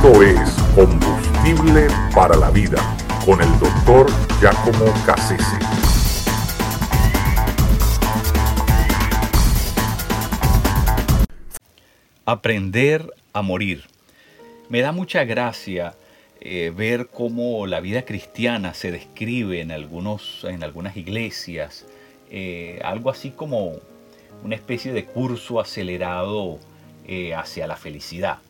Esto es Combustible para la Vida con el Dr. Giacomo Cassese. Aprender a morir. Me da mucha gracia ver cómo la vida cristiana se describe en algunas iglesias, algo así como una especie de curso acelerado hacia la felicidad,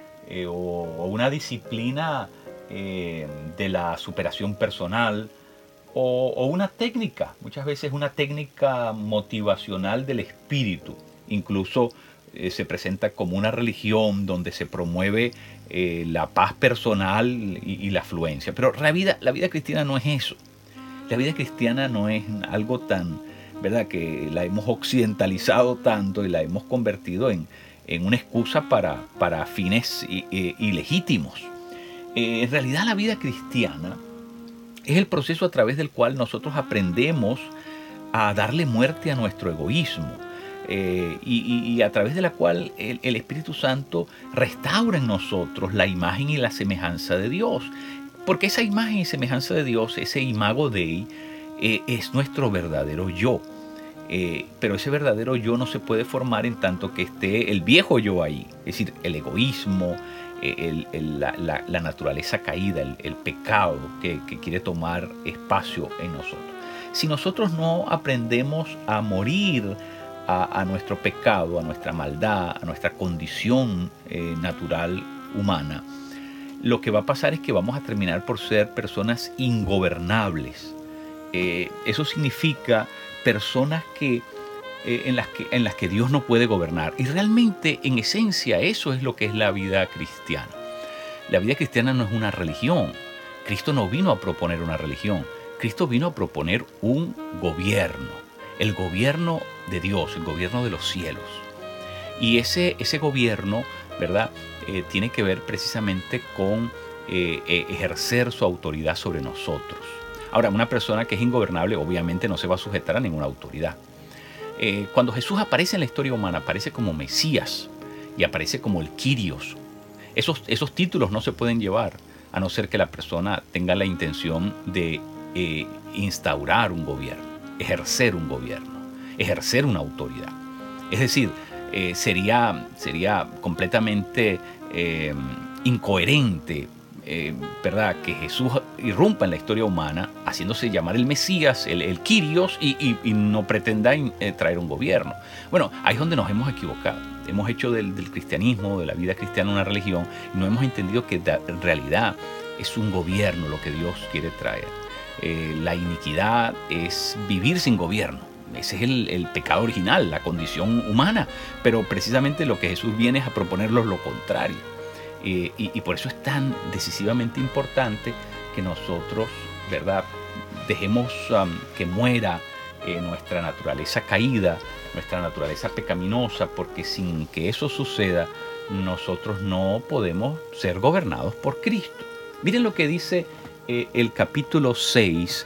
o una disciplina de la superación personal, o una técnica, muchas veces una técnica motivacional del espíritu. Incluso se presenta como una religión donde se promueve la paz personal y la afluencia. Pero la vida cristiana no es eso. La vida cristiana no es algo tan, ¿verdad?, que la hemos occidentalizado tanto y la hemos convertido en una excusa para fines ilegítimos. En realidad la vida cristiana es el proceso a través del cual nosotros aprendemos a darle muerte a nuestro egoísmo. Y a través de la cual el Espíritu Santo restaura en nosotros la imagen y la semejanza de Dios. Porque esa imagen y semejanza de Dios, ese imago Dei, es nuestro verdadero yo. Pero ese verdadero yo no se puede formar en tanto que esté el viejo yo ahí. Es decir, el egoísmo, la naturaleza caída, el pecado que quiere tomar espacio en nosotros. Si nosotros no aprendemos a morir a nuestro pecado, a nuestra maldad, a nuestra condición natural humana, lo que va a pasar es que vamos a terminar por ser personas ingobernables. Eso significa personas en las que Dios no puede gobernar. Y realmente, en esencia, eso es lo que es la vida cristiana. La vida cristiana no es una religión. Cristo no vino a proponer una religión. Cristo vino a proponer un gobierno. El gobierno de Dios, el gobierno de los cielos. Y ese gobierno, ¿verdad?, tiene que ver precisamente con ejercer su autoridad sobre nosotros. Ahora, una persona que es ingobernable obviamente no se va a sujetar a ninguna autoridad. Cuando Jesús aparece en la historia humana, aparece como Mesías y aparece como el Kyrios. Esos títulos no se pueden llevar a no ser que la persona tenga la intención de instaurar un gobierno, ejercer un gobierno, ejercer una autoridad. Es decir, sería completamente incoherente, ¿verdad?, que Jesús irrumpa en la historia humana haciéndose llamar el Mesías, el Kyrios, y no pretenda traer un gobierno. Bueno, ahí es donde nos hemos equivocado. Hemos hecho del cristianismo, de la vida cristiana, una religión, y no hemos entendido que en realidad es un gobierno lo que Dios quiere traer. La iniquidad es vivir sin gobierno. Ese es el pecado original, la condición humana. Pero precisamente lo que Jesús viene es a proponernos lo contrario. Y por eso es tan decisivamente importante que nosotros, ¿verdad?, dejemos que muera nuestra naturaleza caída, nuestra naturaleza pecaminosa, porque sin que eso suceda, nosotros no podemos ser gobernados por Cristo. Miren lo que dice el capítulo 6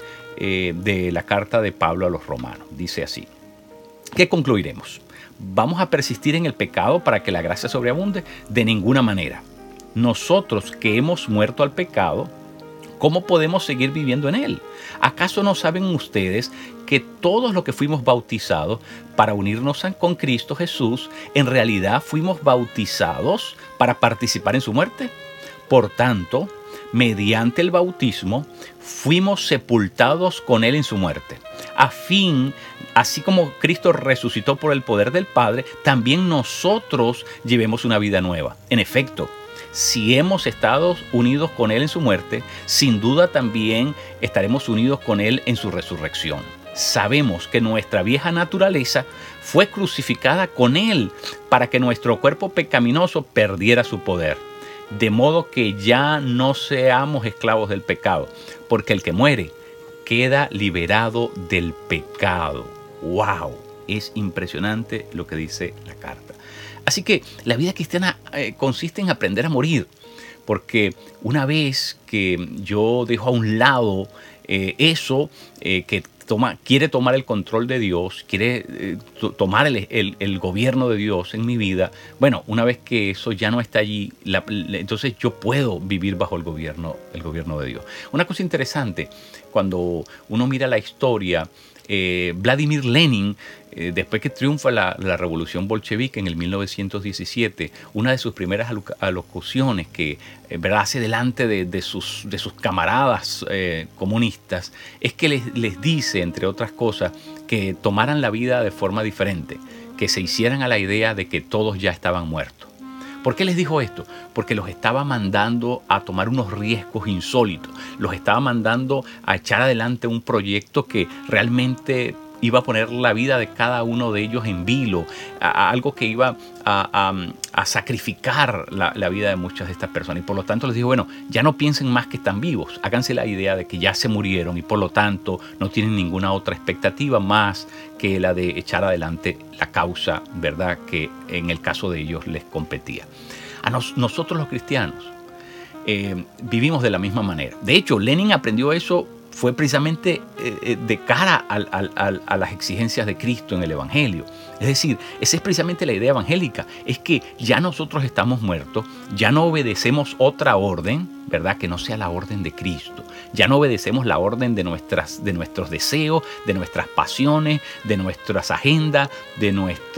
de la carta de Pablo a los romanos. Dice así: ¿qué concluiremos? ¿Vamos a persistir en el pecado para que la gracia sobreabunde? De ninguna manera. Nosotros que hemos muerto al pecado, ¿cómo podemos seguir viviendo en él? ¿Acaso no saben ustedes que todos los que fuimos bautizados para unirnos con Cristo Jesús, en realidad fuimos bautizados para participar en su muerte? Por tanto, mediante el bautismo, fuimos sepultados con él en su muerte, a fin, así como Cristo resucitó por el poder del Padre, también nosotros llevemos una vida nueva. En efecto, si hemos estado unidos con él en su muerte, sin duda también estaremos unidos con él en su resurrección. Sabemos que nuestra vieja naturaleza fue crucificada con él para que nuestro cuerpo pecaminoso perdiera su poder. De modo que ya no seamos esclavos del pecado, porque el que muere queda liberado del pecado. ¡Wow! Es impresionante lo que dice la carta. Así que la vida cristiana consiste en aprender a morir, porque una vez que yo dejo a un lado eso que quiere tomar el control de Dios, quiere tomar el gobierno de Dios en mi vida. Bueno, una vez que eso ya no está allí, entonces yo puedo vivir bajo el gobierno de Dios. Una cosa interesante, cuando uno mira la historia, Vladimir Lenin, después que triunfa la revolución bolchevique en el 1917, una de sus primeras alocuciones que hace delante de sus camaradas comunistas es que les dice, entre otras cosas, que tomaran la vida de forma diferente, que se hicieran a la idea de que todos ya estaban muertos. ¿Por qué les dijo esto? Porque los estaba mandando a tomar unos riesgos insólitos. Los estaba mandando a echar adelante un proyecto que realmente iba a poner la vida de cada uno de ellos en vilo, algo que iba a sacrificar la vida de muchas de estas personas. Y por lo tanto les dijo, bueno, ya no piensen más que están vivos, háganse la idea de que ya se murieron y por lo tanto no tienen ninguna otra expectativa más que la de echar adelante la causa, ¿verdad?, que en el caso de ellos les competía. Nosotros los cristianos vivimos de la misma manera. De hecho, Lenin aprendió eso fue precisamente de cara a las exigencias de Cristo en el Evangelio. Es decir, esa es precisamente la idea evangélica, es que ya nosotros estamos muertos, ya no obedecemos otra orden, ¿verdad?, que no sea la orden de Cristo. Ya no obedecemos la orden de nuestros deseos, de nuestras pasiones, de nuestras agendas, de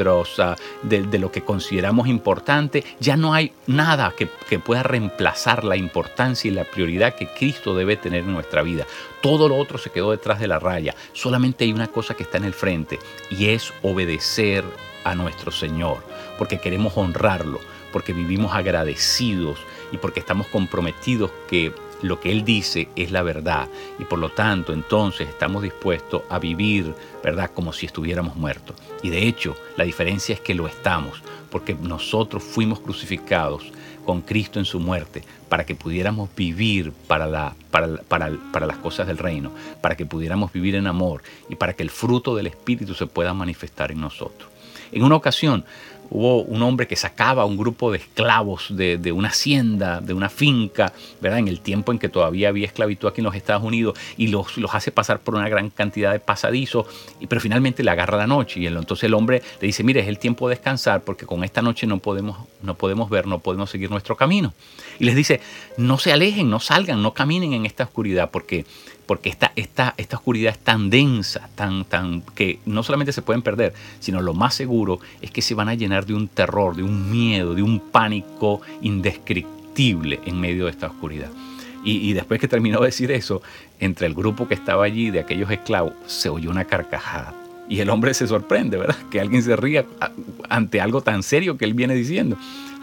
lo que consideramos importante. Ya no hay nada que pueda reemplazar la importancia y la prioridad que Cristo debe tener en nuestra vida. Todo lo otro se quedó detrás de la raya. Solamente hay una cosa que está en el frente y es obedecer a nuestro Señor, porque queremos honrarlo, porque vivimos agradecidos y porque estamos comprometidos que lo que Él dice es la verdad y por lo tanto entonces estamos dispuestos a vivir, ¿verdad?, como si estuviéramos muertos. Y de hecho la diferencia es que lo estamos, porque nosotros fuimos crucificados con Cristo en su muerte para que pudiéramos vivir para las cosas del reino, para que pudiéramos vivir en amor y para que el fruto del Espíritu se pueda manifestar en nosotros. En una ocasión hubo un hombre que sacaba a un grupo de esclavos de una hacienda, de una finca, ¿verdad?, en el tiempo en que todavía había esclavitud aquí en los Estados Unidos, y los hace pasar por una gran cantidad de pasadizos, pero finalmente le agarra la noche y entonces el hombre le dice, mire, es el tiempo de descansar porque con esta noche no podemos seguir nuestro camino. Y les dice, no se alejen, no salgan, no caminen en esta oscuridad porque esta oscuridad es tan densa, que no solamente se pueden perder, sino lo más seguro es que se van a llenar de un terror, de un miedo, de un pánico indescriptible en medio de esta oscuridad. Y después que terminó de decir eso, entre el grupo que estaba allí de aquellos esclavos se oyó una carcajada. Y el hombre se sorprende, ¿verdad?, que alguien se ría ante algo tan serio que él viene diciendo.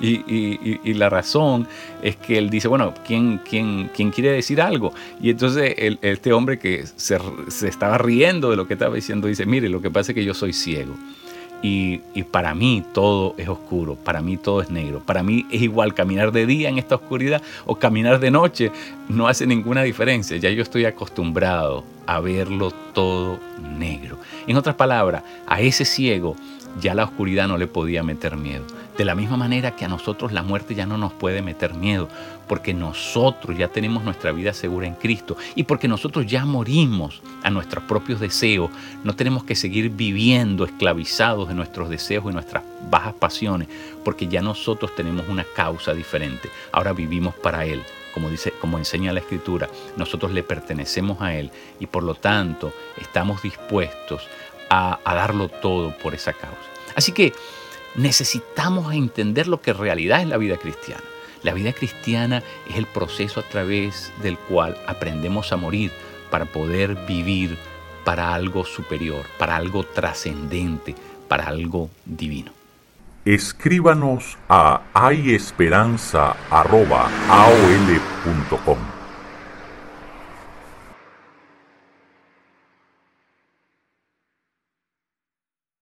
Y la razón es que él dice, bueno, ¿quién quiere decir algo? Y entonces este hombre que se estaba riendo de lo que estaba diciendo dice, mire, lo que pasa es que yo soy ciego. Y para mí todo es oscuro, para mí todo es negro. Para mí es igual caminar de día en esta oscuridad o caminar de noche, no hace ninguna diferencia. Ya yo estoy acostumbrado a verlo todo negro. En otras palabras, a ese ciego ya la oscuridad no le podía meter miedo. De la misma manera que a nosotros la muerte ya no nos puede meter miedo, porque nosotros ya tenemos nuestra vida segura en Cristo y porque nosotros ya morimos a nuestros propios deseos, no tenemos que seguir viviendo esclavizados de nuestros deseos y nuestras bajas pasiones, porque ya nosotros tenemos una causa diferente. Ahora vivimos para Él. Como enseña la Escritura, nosotros le pertenecemos a Él y por lo tanto estamos dispuestos a darlo todo por esa causa. Así que necesitamos entender lo que en realidad es la vida cristiana. La vida cristiana es el proceso a través del cual aprendemos a morir para poder vivir para algo superior, para algo trascendente, para algo divino. Escríbanos a hayesperanza@aol.com.